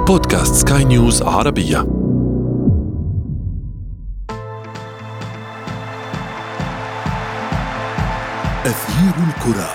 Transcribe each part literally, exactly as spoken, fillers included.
بودكاست سكاي نيوز عربية. أثير الكرة.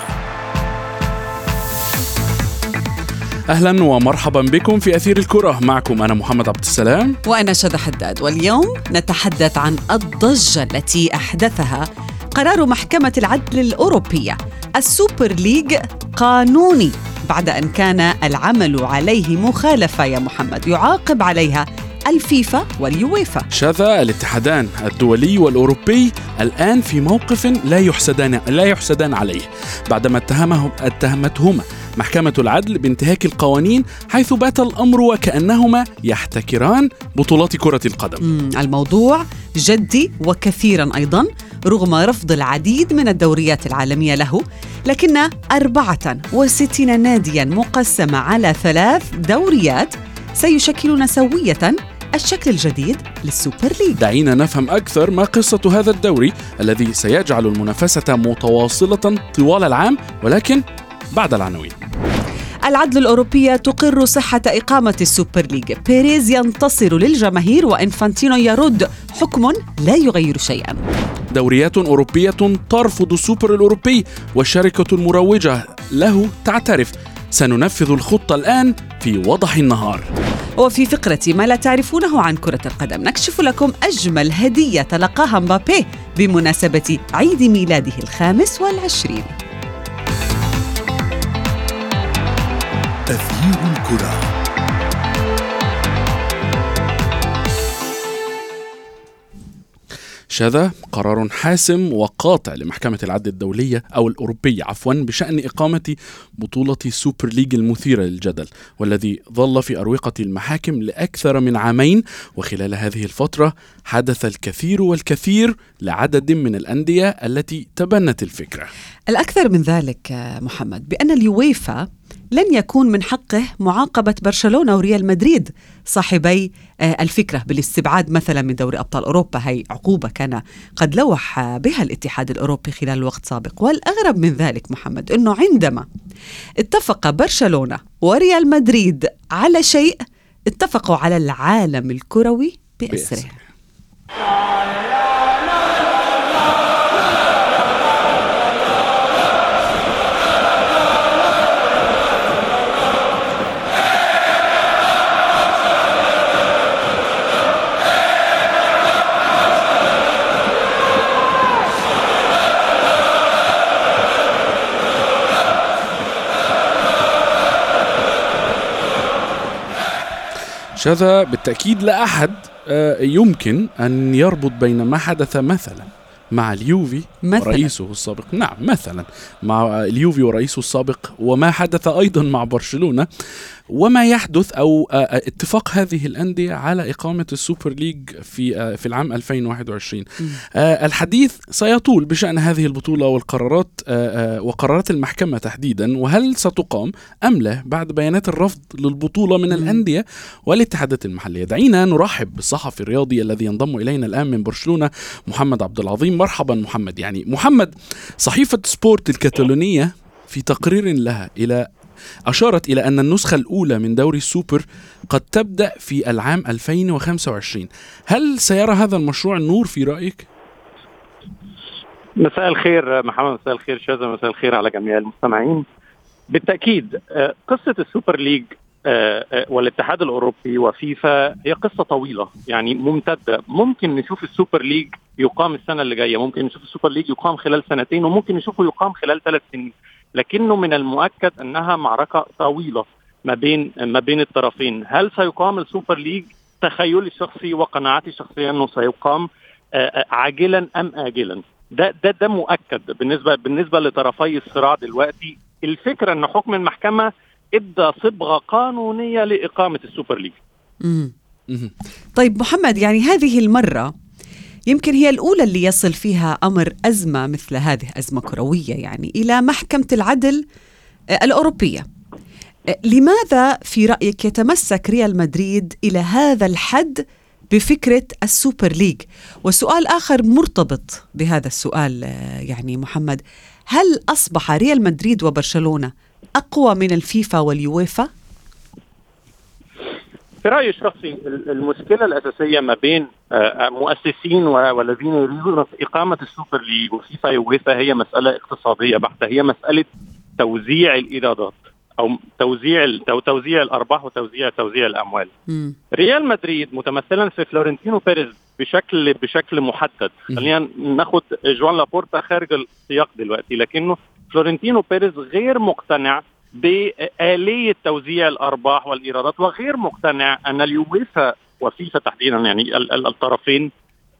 أهلا ومرحبا بكم في أثير الكرة، معكم أنا محمد عبد السلام وأنا شذى حداد، واليوم نتحدث عن الضجة التي أحدثها قرار محكمة العدل الأوروبية. السوبر ليج قانوني بعد أن كان العمل عليه مخالفة يا محمد، يعاقب عليها الفيفا واليويفا. شذا الاتحادان الدولي والأوروبي الآن في موقف لا يحسدان لا يحسدان عليه بعدما اتهمهم اتهمتهما محكمة العدل بانتهاك القوانين، حيث بات الأمر وكأنهما يحتكران بطولات كرة القدم. الموضوع جدي وكثيرا أيضا رغم رفض العديد من الدوريات العالمية له، لكن أربعة وستين ناديا مقسمة على ثلاث دوريات سيشكلون سوية الشكل الجديد للسوبر ليج. دعينا نفهم أكثر ما قصة هذا الدوري الذي سيجعل المنافسة متواصلة طوال العام، ولكن بعد العناوين. العدل الأوروبية تقر صحة إقامة السوبر ليج. بيريز ينتصر للجماهير وإنفانتينو يرد. حكم لا يغير شيئا. دوريات أوروبية ترفض السوبر الأوروبي والشركة المروجة له تعترف. سننفذ الخطة الآن في وضح النهار. وفي فقرة ما لا تعرفونه عن كرة القدم نكشف لكم أجمل هدية تلقاها مبابي بمناسبة عيد ميلاده الخامس والعشرين. تغيير الكرة. شذا قرار حاسم وقاطع لمحكمة العدل الدولية أو الأوروبية عفوا بشأن إقامة بطولة السوبر ليج المثيرة للجدل، والذي ظل في أروقة المحاكم لأكثر من عامين. وخلال هذه الفترة حدث الكثير والكثير لعدد من الأندية التي تبنت الفكرة. الأكثر من ذلك محمد بأن اليويفا لن يكون من حقه معاقبة برشلونة وريال مدريد صاحبي الفكرة بالاستبعاد مثلا من دوري أبطال أوروبا. هي عقوبة كان قد لوح بها الاتحاد الأوروبي خلال وقت سابق. والأغرب من ذلك محمد أنه عندما اتفق برشلونة وريال مدريد على شيء، اتفقوا على العالم الكروي بأسره. شذا بالتأكيد لا أحد يمكن أن يربط بين ما حدث مثلا مع اليوفي ورئيسه السابق نعم مثلا مع اليوفي ورئيسه السابق وما حدث أيضا مع برشلونة وما يحدث أو اتفاق هذه الأندية على إقامة السوبر ليج في في العام ألفين وواحد وعشرين. الحديث سيطول بشأن هذه البطولة والقرارات وقرارات المحكمة تحديدا، وهل ستقام أم لا بعد بيانات الرفض للبطولة من الأندية والاتحادات المحلية. دعينا نرحب بالصحفي الرياضي الذي ينضم إلينا الآن من برشلونة، محمد عبد العظيم. مرحبا محمد. يعني محمد، صحيفة سبورت الكتالونية في تقرير لها إلى أشارت إلى أن النسخة الأولى من دوري السوبر قد تبدأ في العام ألفين وخمسة وعشرين. هل سيرى هذا المشروع النور في رأيك؟ مساء الخير محمد، مساء الخير شاذة، مساء الخير على جميع المستمعين. بالتأكيد قصة السوبر ليج والاتحاد الأوروبي وفيفا هي قصة طويلة يعني ممتدة. ممكن نشوف السوبر ليج يقام السنة اللي جاية، ممكن نشوف السوبر ليج يقام خلال سنتين، وممكن نشوفه يقام خلال ثلاث سنين، لكنه من المؤكد أنها معركة طويلة ما بين ما بين الطرفين. هل سيقام السوبر ليج؟ تخيلي الشخصي وقناعاتي الشخصية أنه سيقام عاجلا أم آجلا. ده ده ده مؤكد بالنسبة بالنسبة لطرفي الصراع دلوقتي. الفكرة أن حكم المحكمة ادى صبغة قانونية لإقامة السوبر ليج. طيب محمد، يعني هذه المرة يمكن هي الأولى اللي يصل فيها أمر أزمة مثل هذه، أزمة كروية يعني، إلى محكمة العدل الأوروبية. لماذا في رأيك يتمسك ريال مدريد إلى هذا الحد بفكرة السوبر ليج؟ وسؤال آخر مرتبط بهذا السؤال يعني محمد، هل أصبح ريال مدريد وبرشلونة أقوى من الفيفا واليويفا؟ في رأيي الشخصي المشكلة الأساسية ما بين مؤسسين والذين يريدون إقامة السوبر ليج وفيفا يويفا هي مسألة اقتصادية بحتة، هي مسألة توزيع الإيرادات أو توزيع توزيع الأرباح وتوزيع توزيع الأموال. م. ريال مدريد متمثلا في فلورنتينو بيريز بشكل بشكل محدد. م. خلينا ناخد جوان لابورتا خارج السياق دلوقتي، لكنه فلورنتينو بيريز غير مقتنع بآلية توزيع الأرباح والإيرادات، وغير مقتنع أن اليويفا وفيفا تحديدا يعني الطرفين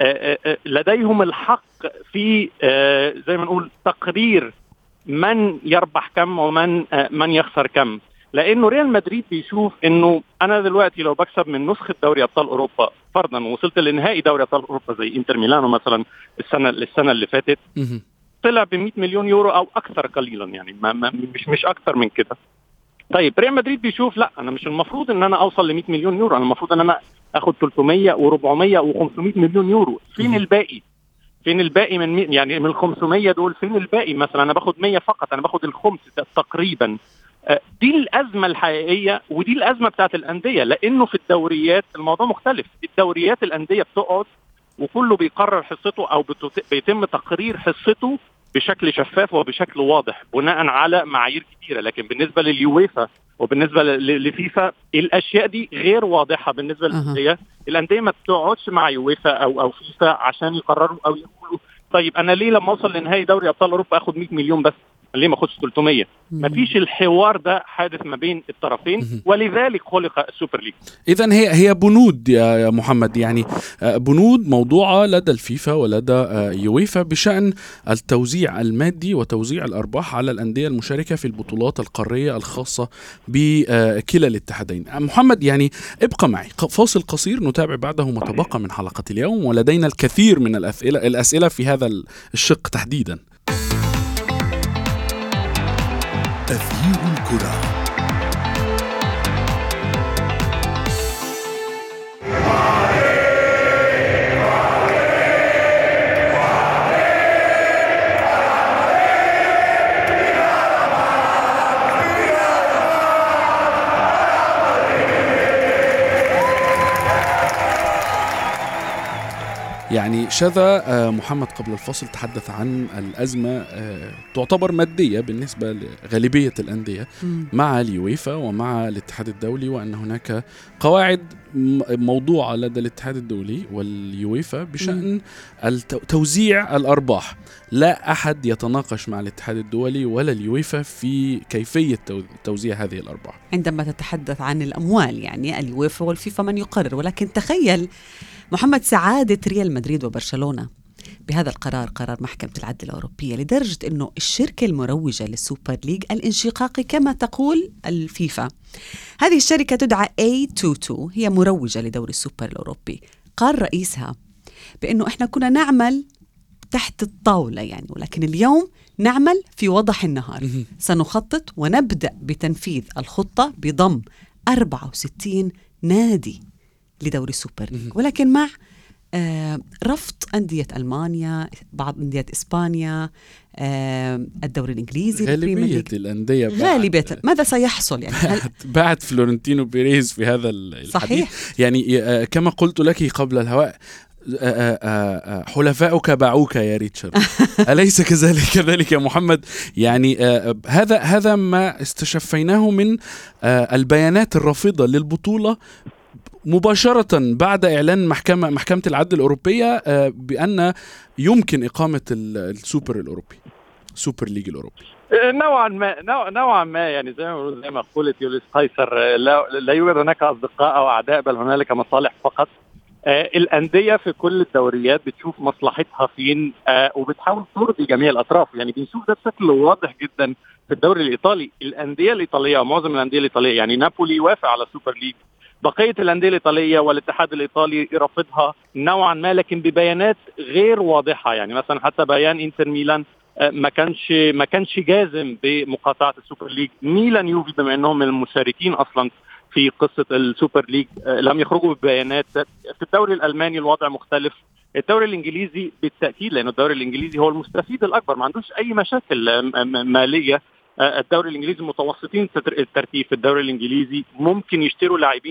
لديهم الحق في زي ما نقول تقرير من يربح كم ومن من يخسر كم. لأنه ريال مدريد بيشوف أنه أنا دلوقتي لو بكسب من نسخة دوري أبطال أوروبا فرضا ووصلت لنهائي دوري أبطال أوروبا زي إنتر ميلانو مثلا السنة السنة اللي فاتت، طلع ب مئة مليون يورو أو أكثر قليلا، يعني ما ما مش مش أكثر من كده. طيب ريال مدريد بيشوف لا، أنا مش المفروض أن أنا أوصل ل مئة مليون يورو، أنا المفروض أن أنا أخذ ثلاثمئة وأربعمئة وخمسمئة مليون يورو. فين الباقي؟ فين الباقي من يعني من الخمسمئة دول؟ فين الباقي؟ مثلا أنا باخد مئة فقط، أنا باخد الخمس تقريبا. دي الأزمة الحقيقية ودي الأزمة بتاعت الأندية، لأنه في الدوريات الموضوع مختلف. الدوريات الأندية بتقعد وكله بيقرر حصته أو بيتم تقرير حصته بشكل شفاف وبشكل واضح بناء على معايير كتيرة. لكن بالنسبة لليويفا وبالنسبة لفيفا الأشياء دي غير واضحة. بالنسبة للأندية، الأندية ما بتقعدش مع يويفا أو أو فيفا عشان يقرروا أو يقولوا طيب أنا ليه لما أوصل لنهائي دوري أبطال أوروبا أخذ مئة مليون بس، ليه ما أخذش ثلاثمئة؟ ما فيش الحوار ده حادث ما بين الطرفين، ولذلك خلق السوبر ليج. إذن هي هي بنود يا محمد، يعني بنود موضوعة لدى الفيفا ولدى يويفا بشأن التوزيع المادي وتوزيع الأرباح على الأندية المشاركة في البطولات القارية الخاصة بكلا الاتحادين. محمد يعني ابقى معي، فاصل قصير نتابع بعده ما تبقى من حلقة اليوم، ولدينا الكثير من الأسئلة الأسئلة في هذا الشق تحديدا. تغيير الكرة. يعني شذا محمد قبل الفصل تحدث عن الأزمة تعتبر مادية بالنسبة لغالبية الأندية مع اليويفا ومع الاتحاد الدولي، وأن هناك قواعد موضوعة لدى الاتحاد الدولي واليويفا بشأن توزيع الأرباح. لا أحد يتناقش مع الاتحاد الدولي ولا اليويفا في كيفية توزيع هذه الأرباح. عندما تتحدث عن الأموال يعني اليويفا والفيفا من يقرر، ولكن تخيل محمد سعادة ريال مدريد وبرشلونة بهذا القرار، قرار محكمة العدل الأوروبية، لدرجة أنه الشركة المروجة للسوبر ليج الانشقاقي كما تقول الفيفا، هذه الشركة تدعى إيه اثنين وعشرين، هي مروجة لدوري السوبر الأوروبي. قال رئيسها بأنه إحنا كنا نعمل تحت الطاولة يعني، ولكن اليوم نعمل في وضح النهار، سنخطط ونبدأ بتنفيذ الخطة بضم أربعة وستين نادي لدوري السوبر ليج، ولكن مع آه رفض أندية ألمانيا، بعض أندية إسبانيا، آه الدوري الإنجليزي، غالبية الأندية غالبية. ماذا سيحصل يعني؟ بعد, بعد فلورنتينو بيريز في هذا الحديث. صحيح. يعني آه كما قلت لك قبل الهواء، آآ آآ حلفاؤك باعوك يا ريتشارد. أليس كذلك كذلك يا محمد؟ يعني هذا هذا ما استشفيناه من البيانات الرافضة للبطولة مباشرة بعد إعلان محكمة محكمة العدل الأوروبية بأن يمكن إقامة السوبر الأوروبي، سوبر ليج الأوروبي. نوعا ما نوعا ما يعني زي ما زي ما قلت يوليس قيصر، لا, لا يوجد هناك أصدقاء أو أعداء، بل هنالك مصالح فقط. آه الأندية في كل الدوريات بتشوف مصلحتها فين، آه وبتحاول ترضي جميع الأطراف. يعني بنشوف ده بشكل واضح جدا في الدوري الإيطالي. الأندية الإيطالية، معظم الأندية الإيطالية، يعني نابولي وافق على السوبر ليج، بقية الأندية الإيطالية والاتحاد الإيطالي رفضها نوعا ما، لكن ببيانات غير واضحة. يعني مثلا حتى بيان إنتر ميلان آه ما كانش ما كانش جازم بمقاطعة السوبر ليج. ميلان يوفي بما أنهم من المشاركين أصلا في قصة السوبر ليج لم يخرجوا ببيانات. في الدوري الألماني الوضع مختلف. الدوري الإنجليزي بالتأكيد، لأن الدوري الإنجليزي هو المستفيد الأكبر، ما عندوش أي مشاكل مالية. الدوري الإنجليزي متوسطين الترتيب في الدوري الإنجليزي، ممكن يشتروا لاعبين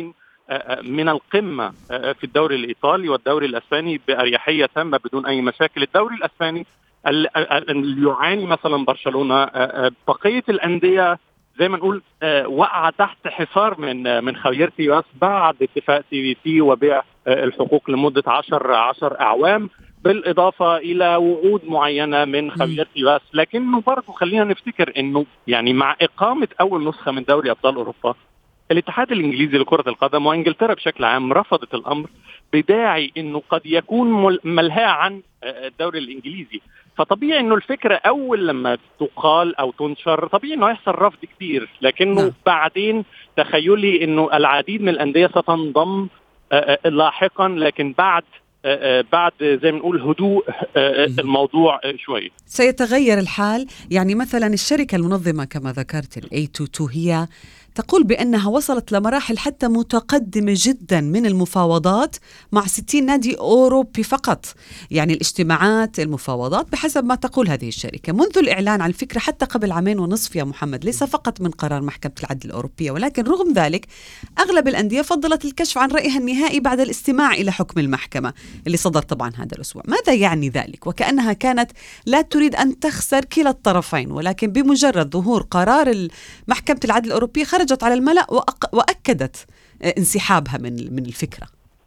من القمة في الدوري الإيطالي والدوري الأسباني بأريحية تامة بدون أي مشاكل. الدوري الأسباني اللي يعاني مثلا برشلونة، بقية الأندية زي ما نقول وقع تحت حصار من من خاوير تياس بعد اتفاق سي في سي وبيع الحقوق لمدة عشر عشر أعوام، بالإضافة إلى وعود معينة من خاوير تياس. لكنه برضو خلينا نفتكر إنه يعني مع إقامة أول نسخة من دوري أبطال أوروبا، الاتحاد الإنجليزي لكرة القدم وإنجلترا بشكل عام رفضت الأمر بداعي إنه قد يكون ملهى عن الدوري الإنجليزي. فطبيعي إنه الفكرة أول لما تقال أو تنشر طبيعي إنه يحصل رفض كتير، لكنه م. بعدين تخيلي إنه العديد من الأندية ستنضم لاحقا، لكن بعد بعد زي ما نقول هدوء الموضوع شوي سيتغير الحال. يعني مثلا الشركة المنظمة كما ذكرت ال إيه تو تو هي تقول بأنها وصلت لمراحل حتى متقدمة جدا من المفاوضات مع ستين نادي أوروبي فقط. يعني الاجتماعات المفاوضات بحسب ما تقول هذه الشركة منذ الإعلان عن الفكرة حتى قبل عامين ونصف يا محمد، ليس فقط من قرار محكمة العدل الأوروبية، ولكن رغم ذلك أغلب الأندية فضلت الكشف عن رأيها النهائي بعد الاستماع إلى حكم المحكمة اللي صدر طبعا هذا الأسبوع. ماذا يعني ذلك؟ وكأنها كانت لا تريد أن تخسر كلا الطرفين، ولكن بمجرد ظهور قرار محكمة العدل الأوروبية خرجت على الملأ وأكدت انسحابها من من الفكرة.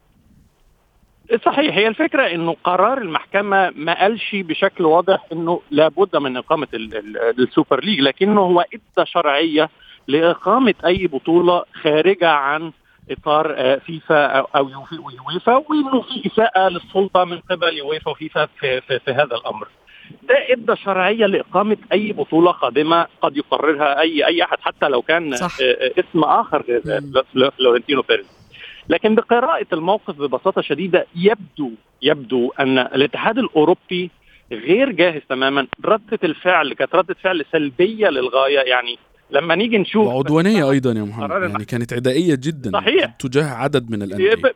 صحيح، هي الفكرة إنه قرار المحكمة ما قالش بشكل واضح إنه لابد من إقامة السوبر ليج، لكنه هو إدى شرعية لإقامة أي بطولة خارجة عن إطار فيفا أو يويفا، وإنه في إساءة للسلطة من قبل يويفا وفيفا في, في, في هذا الأمر. ده ادى شرعيه لاقامه اي بطوله قادمه قد يقررها اي اي احد حتى لو كان صح. اسم اخر فلورنتينو بيريز. لكن بقراءه الموقف ببساطه شديده يبدو يبدو ان الاتحاد الاوروبي غير جاهز تماما. رده الفعل كانت رده فعل سلبيه للغايه، يعني لما نيجي نشوف وعدوانيه ايضا يا محمد، يعني كانت عدائيه جدا صحيح. تجاه عدد من الانديه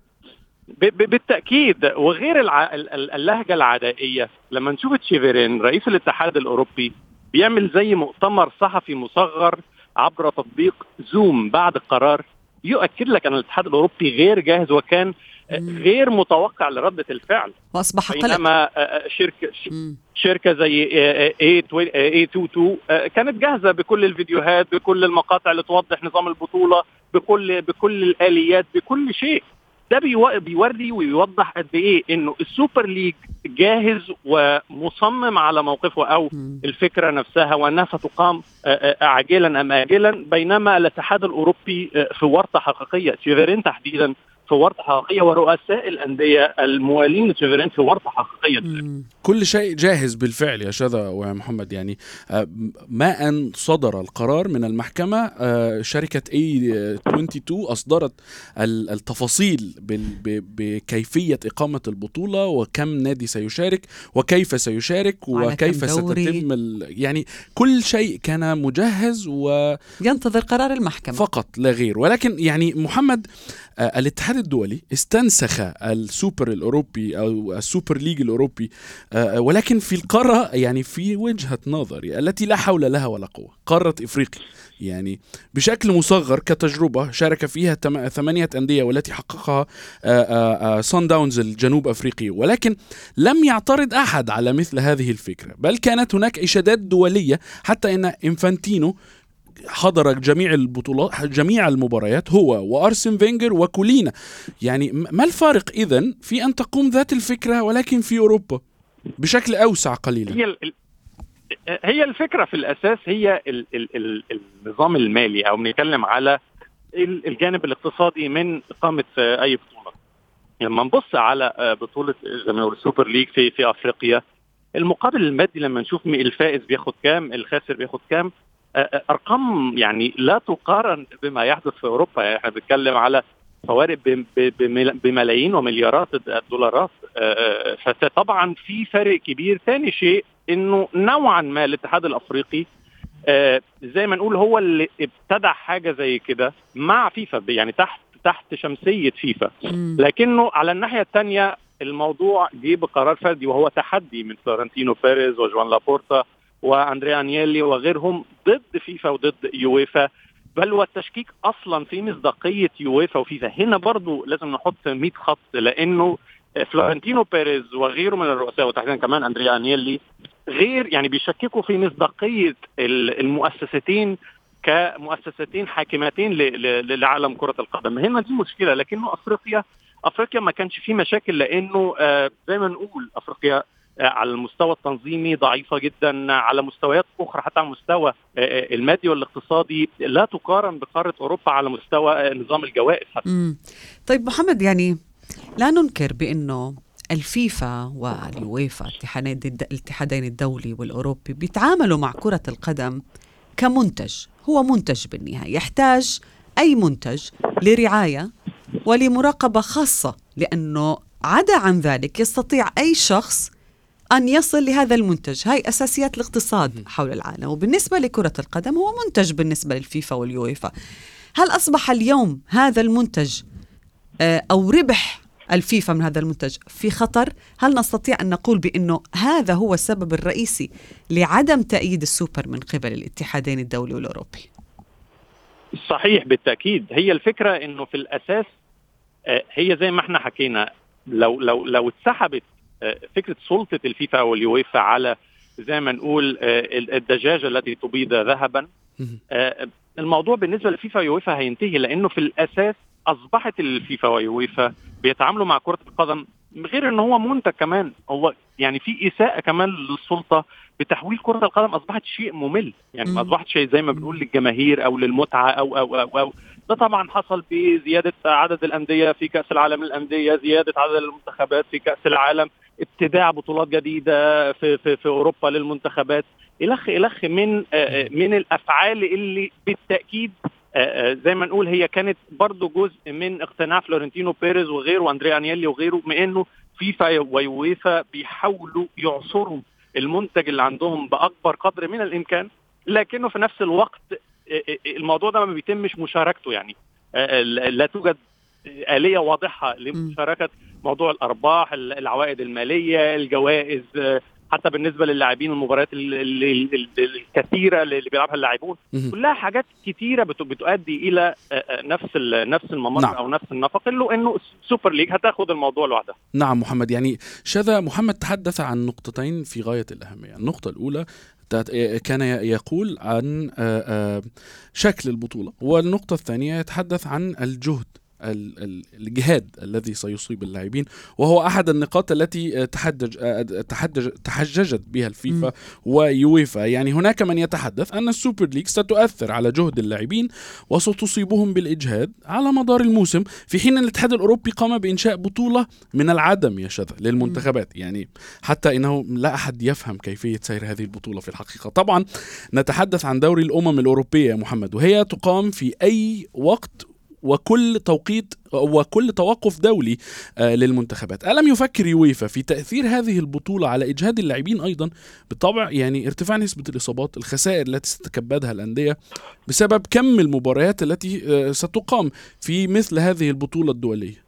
بالتأكيد. وغير الع... اللهجة العدائية، لما نشوف تشيفرين رئيس الاتحاد الأوروبي بيعمل زي مؤتمر صحفي مصغر عبر تطبيق زوم بعد القرار، يؤكد لك أن الاتحاد الأوروبي غير جاهز وكان غير متوقع لردة الفعل. وأصبح قلق. بينما شركة شركة زي إيه تو تو كانت جاهزة بكل الفيديوهات، بكل المقاطع اللي توضح نظام البطولة، بكل بكل الآليات، بكل شيء. ده بيوري ويوضح قد ايه انه السوبر ليج جاهز ومصمم على موقفه او الفكره نفسها وانها ستقام عاجلا ام اجلا، بينما الاتحاد الاوروبي في ورطه حقيقيه. تشيفرين تحديدا في ورطه حقيقيه، ورؤساء الانديه الموالين لتشيفرين في ورطه حقيقيه. كل شيء جاهز بالفعل يا شذا ومحمد. يعني ما أن صدر القرار من المحكمة، شركة إيه اثنين وعشرين أصدرت التفاصيل بكيفية إقامة البطولة وكم نادي سيشارك وكيف سيشارك وكيف ستتم، يعني كل شيء كان مجهز وينتظر قرار المحكمة فقط لا غير. ولكن يعني محمد، الاتحاد الدولي استنسخ السوبر الأوروبي أو السوبر ليج الأوروبي، ولكن في القارة، يعني في وجهة نظري التي لا حول لها ولا قوة، قارة إفريقيا، يعني بشكل مصغر كتجربة شارك فيها ثمانية أندية والتي حققها صن داونز الجنوب أفريقي، ولكن لم يعترض أحد على مثل هذه الفكرة، بل كانت هناك إشادات دولية حتى أن إنفانتينو حضر جميع البطولات جميع المباريات هو وأرسن فينجر وكولينا. يعني ما الفارق إذن في أن تقوم ذات الفكرة ولكن في أوروبا بشكل أوسع قليلا؟ هي هي الفكرة في الأساس هي ال ال ال النظام المالي، أو بنتكلم على الجانب الاقتصادي من إقامة أي بطولة. لما نبص على بطولة السوبر ليج في في أفريقيا، المقابل المادي لما نشوف الفائز بياخد كام، الخاسر بياخد كام، أرقام يعني لا تقارن بما يحدث في أوروبا. يعني احنا بنتكلم على فوارق بملايين ومليارات الدولارات، فطبعا في فرق كبير. ثاني شيء انه نوعا ما الاتحاد الافريقي زي ما نقول هو اللي ابتدع حاجة زي كده مع فيفا، يعني تحت تحت شمسية فيفا، لكنه على الناحية الثانية الموضوع جه بقرار فردي، وهو تحدي من فلورنتينو بيريز وجوان لابورتا وأندريا أنيلي وغيرهم ضد فيفا وضد يويفا بل والتشكيك اصلا في مصداقيه يويفا وفيفا. هنا برضو لازم نحط مية خط، لانه فلورنتينو بيريز وغيره من الرؤساء وتحديدا كمان اندريا انيلي غير يعني بيشككوا في مصداقيه المؤسستين كمؤسستين حاكمتين لعالم كره القدم. هنا دي مشكله. لكنه افريقيا افريقيا ما كانش فيه مشاكل، لانه زي ما نقول افريقيا على المستوى التنظيمي ضعيفة جدا، على مستويات أخرى حتى على المستوى المادي والاقتصادي لا تقارن بقارة أوروبا على مستوى نظام الجوائز حتى. مم. طيب محمد، يعني لا ننكر بأنه الفيفا واليويفا الاتحادين الدولي والأوروبي بيتعاملوا مع كرة القدم كمنتج، هو منتج بالنهاية، يحتاج أي منتج لرعاية ولمراقبة خاصة، لأنه عدا عن ذلك يستطيع أي شخص أن يصل لهذا المنتج. هاي أساسيات الاقتصاد حول العالم، وبالنسبة لكرة القدم هو منتج بالنسبة للفيفا واليويفا. هل أصبح اليوم هذا المنتج أو ربح الفيفا من هذا المنتج في خطر؟ هل نستطيع أن نقول بأنه هذا هو السبب الرئيسي لعدم تأييد السوبر من قبل الاتحادين الدولي والأوروبي؟ صحيح بالتأكيد. هي الفكرة أنه في الأساس هي زي ما احنا حكينا، لو لو لو اتسحبت فكرة سلطة الفيفا واليويفا على زي ما نقول الدجاجة التي تبيض ذهبا، الموضوع بالنسبة للفيفا واليويفا هينتهي. لأنه في الأساس أصبحت الفيفا واليويفا بيتعاملوا مع كرة القدم غير أنه هو منتج كمان، هو يعني في إساءة كمان للسلطة بتحويل كرة القدم. أصبحت شيء ممل، يعني ما أصبحت شيء زي ما بنقول للجماهير أو للمتعة أو أو أو, أو. ده طبعا حصل بزيادة عدد الأندية في كأس العالم للأندية، زيادة عدد المنتخبات في كأس العالم، ابتداع بطولات جديدة في في, في أوروبا للمنتخبات، إلخ إلخ من من الأفعال اللي بالتأكيد زي ما نقول هي كانت برضو جزء من اقتناع فلورنتينو بيريز وغيره واندريا انيلي وغيره، من انه فيفا ويويفا بيحاولوا يعصروا المنتج اللي عندهم بأكبر قدر من الإمكان، لكنه في نفس الوقت الموضوع ده ما بيتمش مشاركته. يعني لا توجد آلية واضحة لمشاركة موضوع الأرباح، العوائد المالية، الجوائز، حتى بالنسبة للاعبين المباريات الكثيرة اللي بيلعبها اللاعبون، كلها حاجات كثيرة بتؤدي إلى نفس نفس الممر. نعم. أو نفس النفق، إلا إنه السوبر ليج هتاخد الموضوع لوحدها. نعم محمد، يعني شذا محمد تحدث عن نقطتين في غاية الأهمية. النقطة الأولى كان يقول عن شكل البطولة، والنقطة الثانية يتحدث عن الجهد الجهاد الذي سيصيب اللاعبين، وهو أحد النقاط التي تحجج تحجج تحججت بها الفيفا ويويفا. يعني هناك من يتحدث أن السوبر ليج ستؤثر على جهد اللاعبين وستصيبهم بالإجهاد على مدار الموسم، في حين أن الاتحاد الأوروبي قام بإنشاء بطولة من العدم يا شذا للمنتخبات. يعني حتى إنه لا أحد يفهم كيفية سير هذه البطولة في الحقيقة. طبعا نتحدث عن دوري الأمم الأوروبية يا محمد، وهي تقام في أي وقت وكل توقيت وكل توقف دولي آه للمنتخبات. ألم يفكر يويفا في تأثير هذه البطولة على إجهاد اللاعبين أيضا؟ بالطبع يعني ارتفاع نسبة الإصابات، الخسائر التي ستتكبدها الأندية بسبب كم المباريات التي آه ستقام في مثل هذه البطولة الدولية.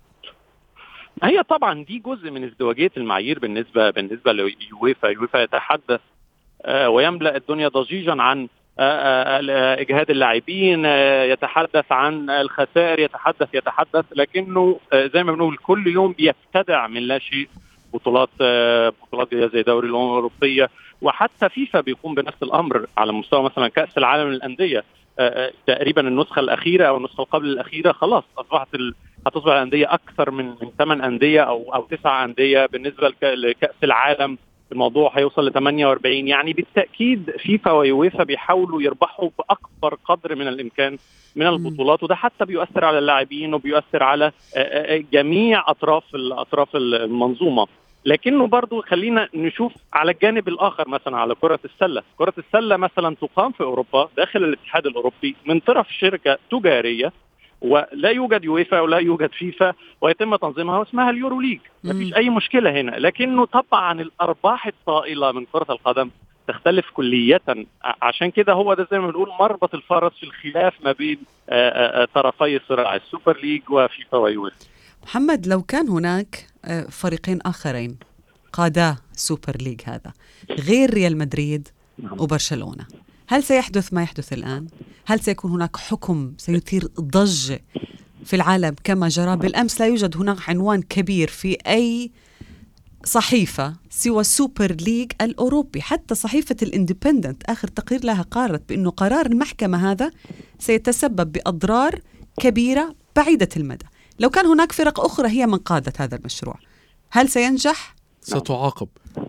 هي طبعا دي جزء من ازدواجية المعايير بالنسبة بالنسبة ليويفا. يويفا يتحدث آه ويملأ الدنيا ضجيجا عن إجهاد اللاعبين، يتحدث عن الخسائر، يتحدث يتحدث لكنه زي ما بنقول كل يوم بيبتدع من لا شيء بطولات بطولات زي دوري الأمم الأوروبية. وحتى فيفا بيقوم بنفس الأمر على مستوى مثلا كأس العالم للأندية. تقريبا النسخة الأخيرة أو النسخة قبل الأخيرة خلاص أصبحت ال... هتصبح الأندية أكثر من من ثمان أندية أو أو تسع أندية. بالنسبة لكأس العالم الموضوع هيوصل ل ثمانية وأربعين. يعني بالتأكيد فيفا ويويفا بيحاولوا يربحوا بأكبر قدر من الإمكان من البطولات، وده حتى بيؤثر على اللاعبين وبيؤثر على جميع أطراف الأطراف المنظومة. لكنه برضو خلينا نشوف على الجانب الآخر، مثلا على كرة السلة. كرة السلة مثلا تقام في أوروبا داخل الاتحاد الأوروبي من طرف شركة تجارية، ولا يوجد يويفا ولا يوجد فيفا، ويتم تنظيمها واسمها اليورو ليج. مفيش أي مشكلة هنا. لكنه طبعا الأرباح الطائلة من كرة القدم تختلف كلية. عشان كده هو ده زي ما بنقول مربط الفرس في الخلاف ما بين طرفي الصراع، السوبر ليج وفيفا ويويفا. محمد، لو كان هناك فريقين آخرين قادا سوبر ليج هذا غير ريال مدريد وبرشلونة، هل سيحدث ما يحدث الآن؟ هل سيكون هناك حكم سيثير ضجة في العالم كما جرى بالأمس؟ لا يوجد هناك عنوان كبير في أي صحيفة سوى السوبر ليج الأوروبي. حتى صحيفة الاندبندنت آخر تقرير لها قالت بأنه قرار المحكمة هذا سيتسبب بأضرار كبيرة بعيدة المدى. لو كان هناك فرق أخرى هي من قادت هذا المشروع، هل سينجح؟ ستعاقب.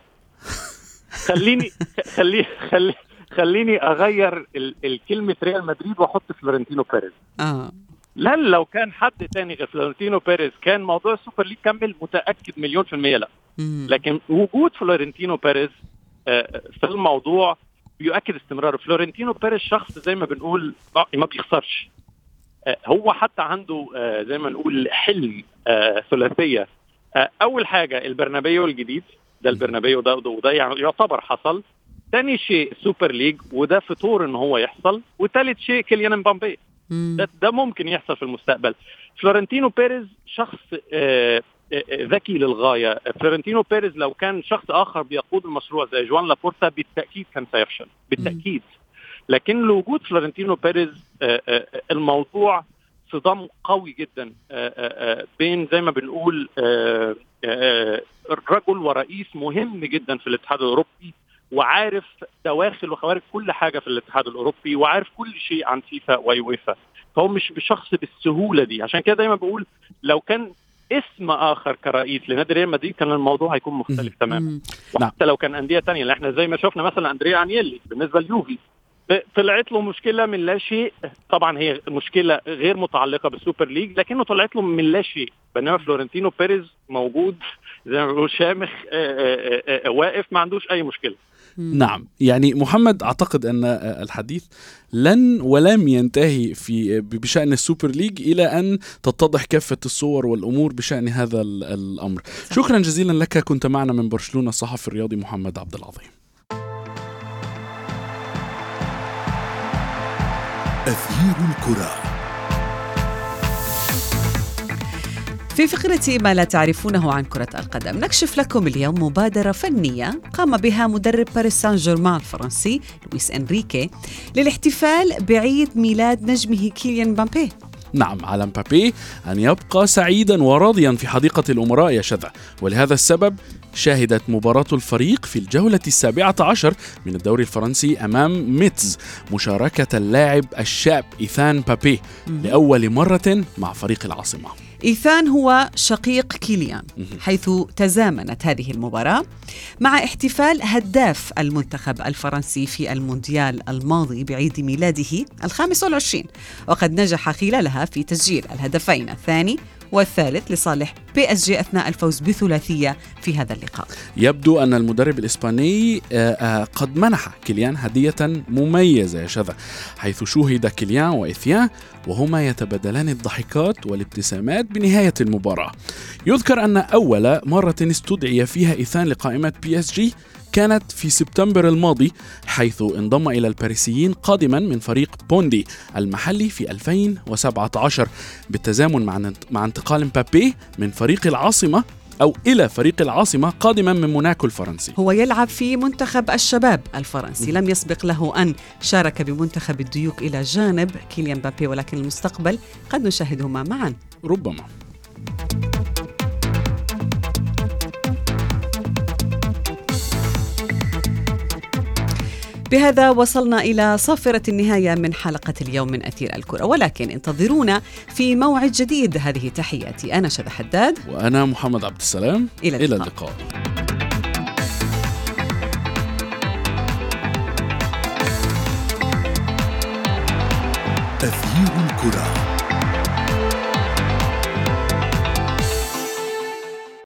خليني خلي خلي خليني أغير الكلمة ريال مدريد وأحط فلورنتينو بيريز. آه. لأن لو كان حد تاني غير فلورنتينو بيريز كان موضوع السوبر ليج كمل، متأكد مليون في المية لا. مم. لكن وجود فلورنتينو بيريز في الموضوع بيؤكد استمرار. فلورنتينو بيريز شخص زي ما بنقول ما بيخسرش. هو حتى عنده زي ما نقول حلم ثلاثية. أول حاجة البرنابيو الجديد، ده البرنابيو ده وده يعني يعتبر حصل. ثاني شيء السوبر ليج وده فطور إن هو يحصل. وثالث شيء كيليان مبابي، ده, ده ممكن يحصل في المستقبل. فلورنتينو بيريز شخص ذكي للغاية. فلورنتينو بيريز لو كان شخص آخر بيقود المشروع زي جوان لابورتا بالتأكيد كان سيفشل بالتأكيد. لكن لوجود فلورنتينو بيريز الموضوع صدام قوي جدا بين زي ما بنقول رجل ورئيس مهم جدا في الاتحاد الأوروبي، وعارف دواخل وخوارج كل حاجة في الاتحاد الأوروبي، وعارف كل شيء عن فيفا ويويفا. فهو مش بشخص بالسهولة دي. عشان كده دايما بقول لو كان اسم آخر كرئيس لنادي ريال مدريد كان الموضوع هيكون مختلف تماما. وحتى لو كان أندية تانية، لأن احنا زي ما شفنا مثلا أندريا أنيلي بالنسبة ليوفي طلعت له مشكلة من لا شيء. طبعا هي مشكلة غير متعلقة بالسوبر ليج، لكنه طلعت له من لا شيء. بينما فلورنتينو بيريز موجود زي ما بنقول شامخ آآ آآ واقف ما عندوش أي مشكلة. نعم، يعني محمد أعتقد أن الحديث لن ولم ينتهي في بشأن السوبر ليج إلى أن تتضح كافة الصور والأمور بشأن هذا الأمر. شكرا جزيلا لك، كنت معنا من برشلونة الصحفي الرياضي محمد عبد العظيم. أثير الكرة. في فقرة ما لا تعرفونه عن كرة القدم نكشف لكم اليوم مبادرة فنية قام بها مدرب باريس سان جيرمان الفرنسي لويس إنريكي للاحتفال بعيد ميلاد نجمه كيليان مبابي. نعم، على مبابي أن يبقى سعيدا وراضيا في حديقة الأمراء يا شذا، ولهذا السبب شهدت مباراة الفريق في الجولة السابعة عشر من الدوري الفرنسي أمام ميتز مشاركة اللاعب الشاب إيثان مبابي لأول مرة مع فريق العاصمة. إيثان هو شقيق كيليان، حيث تزامنت هذه المباراة مع احتفال هداف المنتخب الفرنسي في المونديال الماضي بعيد ميلاده الخامس والعشرين، وقد نجح خلالها في تسجيل الهدفين الثاني والثالث لصالح بي اس جي أثناء الفوز بثلاثية في هذا اللقاء. يبدو أن المدرب الإسباني قد منح كيليان هدية مميزة يا شذا، حيث شوهد كيليان وإيثيان وهما يتبادلان الضحكات والابتسامات بنهاية المباراة. يذكر أن أول مرة استدعي فيها إيثان لقائمة بي اس جي كانت في سبتمبر الماضي، حيث انضم إلى الباريسيين قادما من فريق بوندي المحلي في ألفين وسبعة عشر بالتزامن مع مع انتقال مبابي من فريق العاصمة أو إلى فريق العاصمة قادما من موناكو الفرنسي. هو يلعب في منتخب الشباب الفرنسي، لم يسبق له أن شارك بمنتخب الديوك إلى جانب كيليان مبابي، ولكن المستقبل قد نشاهدهما معا ربما. بهذا وصلنا إلى صافرة النهاية من حلقة اليوم من أثير الكرة، ولكن انتظرونا في موعد جديد. هذه تحياتي، أنا شذى حداد وأنا محمد عبد السلام. إلى اللقاء, إلى اللقاء. أثير الكرة.